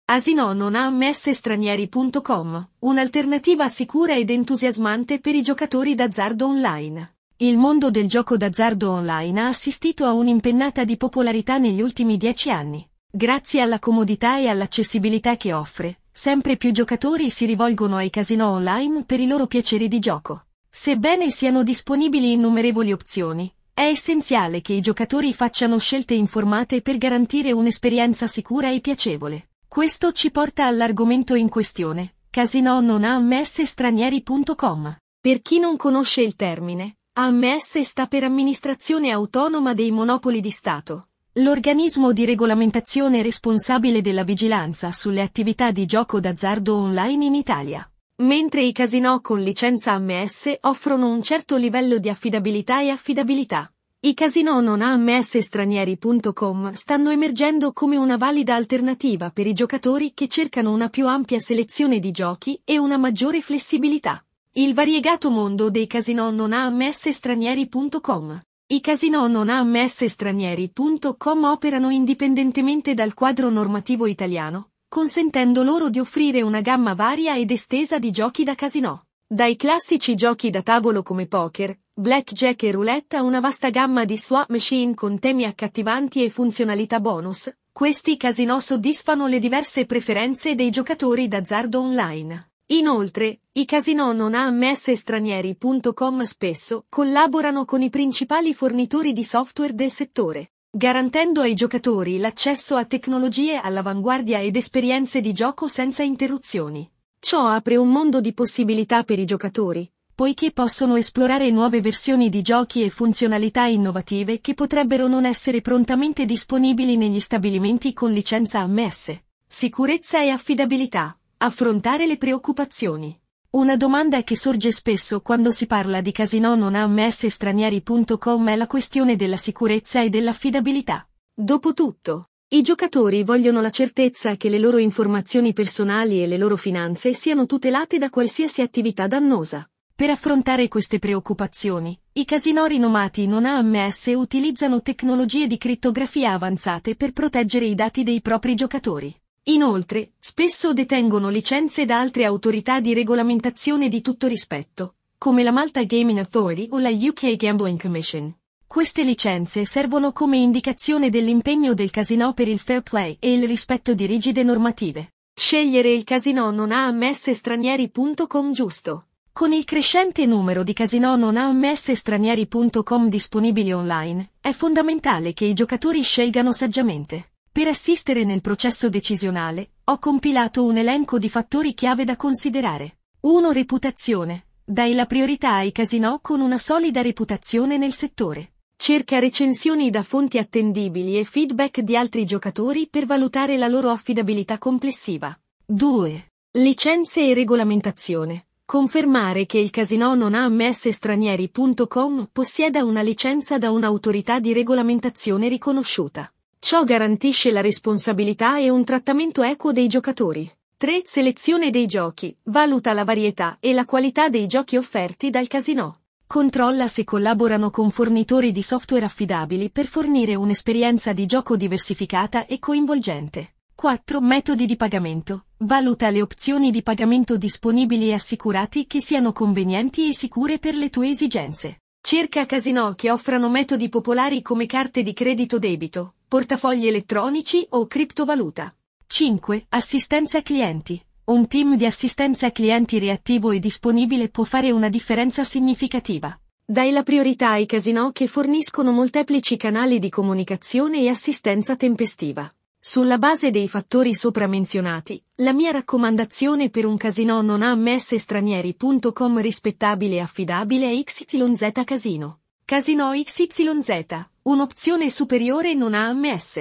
Asino non ha amsstranieri.com, un'alternativa sicura ed entusiasmante per i giocatori d'azzardo online. Il mondo del gioco d'azzardo online ha assistito a un'impennata di popolarità negli ultimi 10 anni. Grazie alla comodità e all'accessibilità che offre, sempre più giocatori si rivolgono ai casinò online per i loro piaceri di gioco. Sebbene siano disponibili innumerevoli opzioni, è essenziale che i giocatori facciano scelte informate per garantire un'esperienza sicura e piacevole. Questo ci porta all'argomento in questione, casinò non ha amsstranieri.com. Per chi non conosce il termine, AMS sta per Amministrazione Autonoma dei Monopoli di Stato, l'organismo di regolamentazione responsabile della vigilanza sulle attività di gioco d'azzardo online in Italia. Mentre i casinò con licenza AMS offrono un certo livello di affidabilità e affidabilità, i casinò non ha amsstranieri.com stanno emergendo come una valida alternativa per i giocatori che cercano una più ampia selezione di giochi e una maggiore flessibilità. Il variegato mondo dei casinò non ha amsstranieri.com. I casinò non ha amsstranieri.com operano indipendentemente dal quadro normativo italiano, consentendo loro di offrire una gamma varia ed estesa di giochi da casinò. Dai classici giochi da tavolo come poker, blackjack e roulette a una vasta gamma di slot machine con temi accattivanti e funzionalità bonus, questi casinò soddisfano le diverse preferenze dei giocatori d'azzardo online. Inoltre, i casinò non ha amsstranieri.com spesso collaborano con i principali fornitori di software del settore, garantendo ai giocatori l'accesso a tecnologie all'avanguardia ed esperienze di gioco senza interruzioni. Ciò apre un mondo di possibilità per i giocatori, poiché possono esplorare nuove versioni di giochi e funzionalità innovative che potrebbero non essere prontamente disponibili negli stabilimenti con licenza AMS. Sicurezza e affidabilità. Affrontare le preoccupazioni. Una domanda che sorge spesso quando si parla di casinò non ha amsstranieri.com è la questione della sicurezza e dell'affidabilità. Dopotutto, i giocatori vogliono la certezza che le loro informazioni personali e le loro finanze siano tutelate da qualsiasi attività dannosa. Per affrontare queste preoccupazioni, i casinò rinomati non ha AMS utilizzano tecnologie di crittografia avanzate per proteggere i dati dei propri giocatori. Inoltre, spesso detengono licenze da altre autorità di regolamentazione di tutto rispetto, come la Malta Gaming Authority o la UK Gambling Commission. Queste licenze servono come indicazione dell'impegno del casinò per il fair play e il rispetto di rigide normative. Scegliere il casinò non ha amsstranieri.com giusto. Con il crescente numero di casinò non ha amsstranieri.com disponibili online, è fondamentale che i giocatori scelgano saggiamente. Per assistere nel processo decisionale, ho compilato un elenco di fattori chiave da considerare. 1. Reputazione. Dai la priorità ai casinò con una solida reputazione nel settore. Cerca recensioni da fonti attendibili e feedback di altri giocatori per valutare la loro affidabilità complessiva. 2. Licenze e regolamentazione. Confermare che il casinò non ha amsstranieri.com possieda una licenza da un'autorità di regolamentazione riconosciuta. Ciò garantisce la responsabilità e un trattamento equo dei giocatori. 3. Selezione dei giochi. Valuta la varietà e la qualità dei giochi offerti dal casinò. Controlla se collaborano con fornitori di software affidabili per fornire un'esperienza di gioco diversificata e coinvolgente. 4. Metodi di pagamento. Valuta le opzioni di pagamento disponibili e assicurati che siano convenienti e sicure per le tue esigenze. Cerca casinò che offrano metodi popolari come carte di credito debito, portafogli elettronici o criptovaluta. 5. Assistenza clienti. Un team di assistenza clienti reattivo e disponibile può fare una differenza significativa. Dai la priorità ai casinò che forniscono molteplici canali di comunicazione e assistenza tempestiva. Sulla base dei fattori sopra menzionati, la mia raccomandazione per un casinò non ha amsstranieri.com rispettabile e affidabile è XYZ Casino. Casinò XYZ, un'opzione superiore non ha AMS.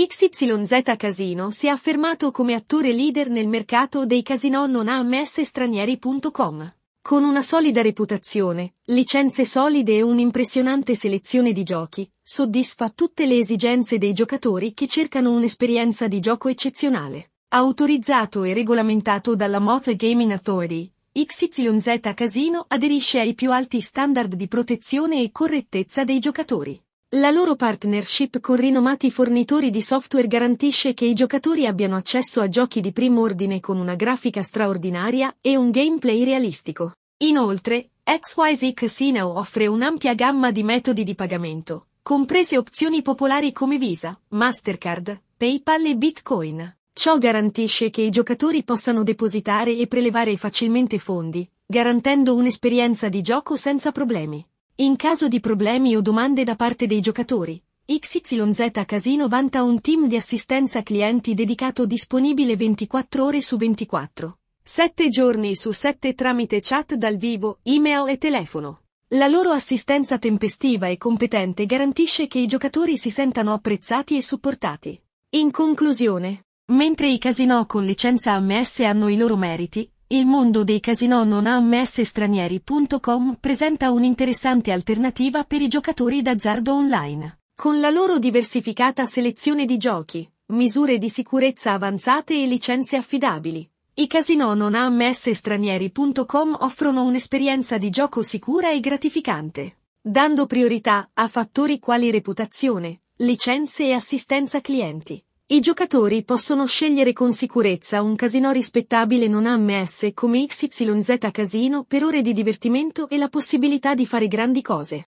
XYZ Casino si è affermato come attore leader nel mercato dei casinò non ha amsstranieri.com. Con una solida reputazione, licenze solide e un'impressionante selezione di giochi, soddisfa tutte le esigenze dei giocatori che cercano un'esperienza di gioco eccezionale. Autorizzato e regolamentato dalla Malta Gaming Authority, XYZ Casino aderisce ai più alti standard di protezione e correttezza dei giocatori. La loro partnership con rinomati fornitori di software garantisce che i giocatori abbiano accesso a giochi di primo ordine con una grafica straordinaria e un gameplay realistico. Inoltre, XYZ Casino offre un'ampia gamma di metodi di pagamento, comprese opzioni popolari come Visa, Mastercard, PayPal e Bitcoin. Ciò garantisce che i giocatori possano depositare e prelevare facilmente fondi, garantendo un'esperienza di gioco senza problemi. In caso di problemi o domande da parte dei giocatori, XYZ Casino vanta un team di assistenza clienti dedicato disponibile 24 ore su 24. 7 giorni su 7 tramite chat dal vivo, email e telefono. La loro assistenza tempestiva e competente garantisce che i giocatori si sentano apprezzati e supportati. In conclusione, mentre i casinò con licenza AMS hanno i loro meriti, il mondo dei casinò non AMS stranieri.com presenta un'interessante alternativa per i giocatori d'azzardo online. Con la loro diversificata selezione di giochi, misure di sicurezza avanzate e licenze affidabili, i casinò non AMS stranieri.com offrono un'esperienza di gioco sicura e gratificante, dando priorità a fattori quali reputazione, licenze e assistenza clienti. I giocatori possono scegliere con sicurezza un casinò rispettabile non AMS come XYZ Casino per ore di divertimento e la possibilità di fare grandi cose.